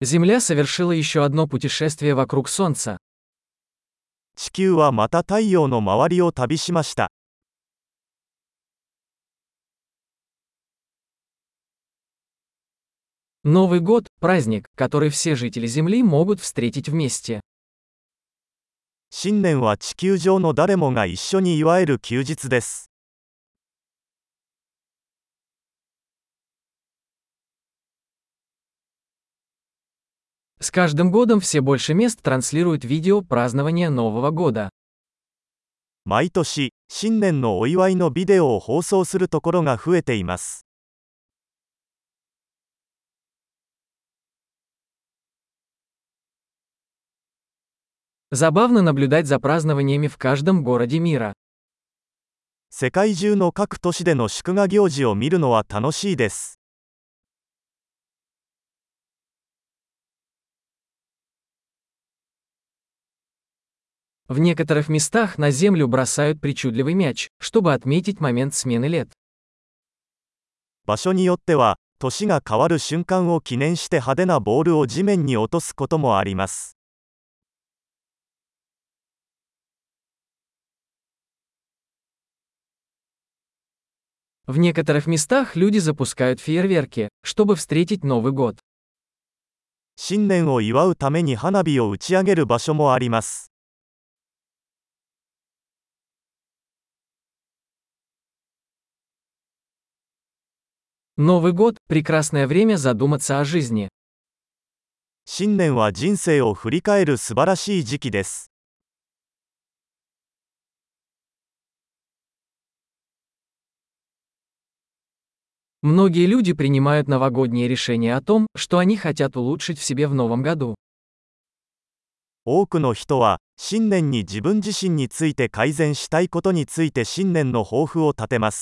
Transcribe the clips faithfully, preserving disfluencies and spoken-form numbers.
Земля совершила еще одно путешествие вокруг Солнца. 地球はまた太陽の周りを旅しました。 Новый год– праздник, который все жители Земли могут встретить вместе. 新年は地球上の誰もが一緒に祝える休日です。 С каждым годом все больше мест транслируют видео празднования Нового года. 毎年、新年のお祝いのビデオを放送するところが増えています。 Забавно наблюдать за празднованиями в каждом городе мира. 世界中の各都市での祝賀行事を見るのは楽しいです。 В некоторых местах на землю бросают причудливый мяч, чтобы отметить момент смены лет. 場所によっては、年が変わる瞬間を記念して派手なボールを地面に落とすこともあります。 В некоторых местах люди запускают фейерверки, чтобы встретить Новый год. 新年を祝うために花火を打ち上げる場所もあります。 Новый год– прекрасное время задуматься о жизни. 新年は人生を振り返る素晴らしい時期です。 Многие люди принимают новогодние решения о том, что они хотят улучшить в себе в новом году. 多くの人は、新年に自分自身について改善したいことについて新年の抱負を立てます。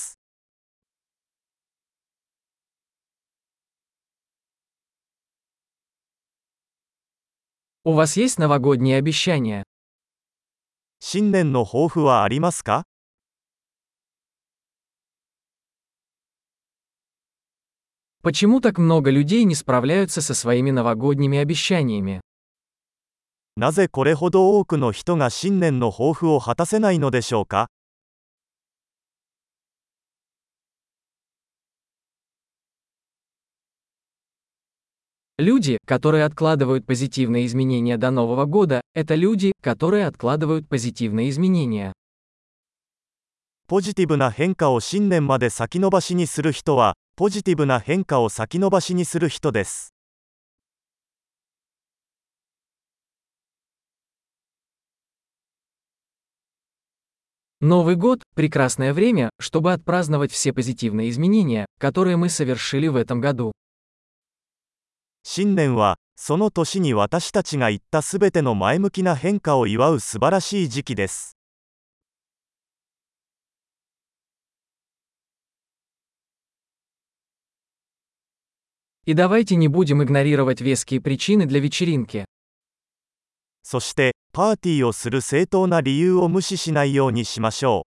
У вас есть новогодние обещания? 新年の抱負はありますか？ Почему так много людей не справляются со своими новогодними обещаниями? なぜこれほど多くの人が新年の抱負を果たせないのでしょうか？ Люди, которые откладывают позитивные изменения до Нового года, это люди, которые откладывают позитивные изменения. ポジティブな変化を新年まで先延ばしにする人は、ポジティブな変化を先延ばしにする人です。 Новый год– прекрасное время, чтобы отпраздновать все позитивные изменения, которые мы совершили в этом году. 新年は、その年に私たちが言ったすべての前向きな変化を祝う素晴らしい時期です。 И давайте не будем игнорировать веские причины для вечеринки. そして、パーティーをする正当な理由を無視しないようにしましょう。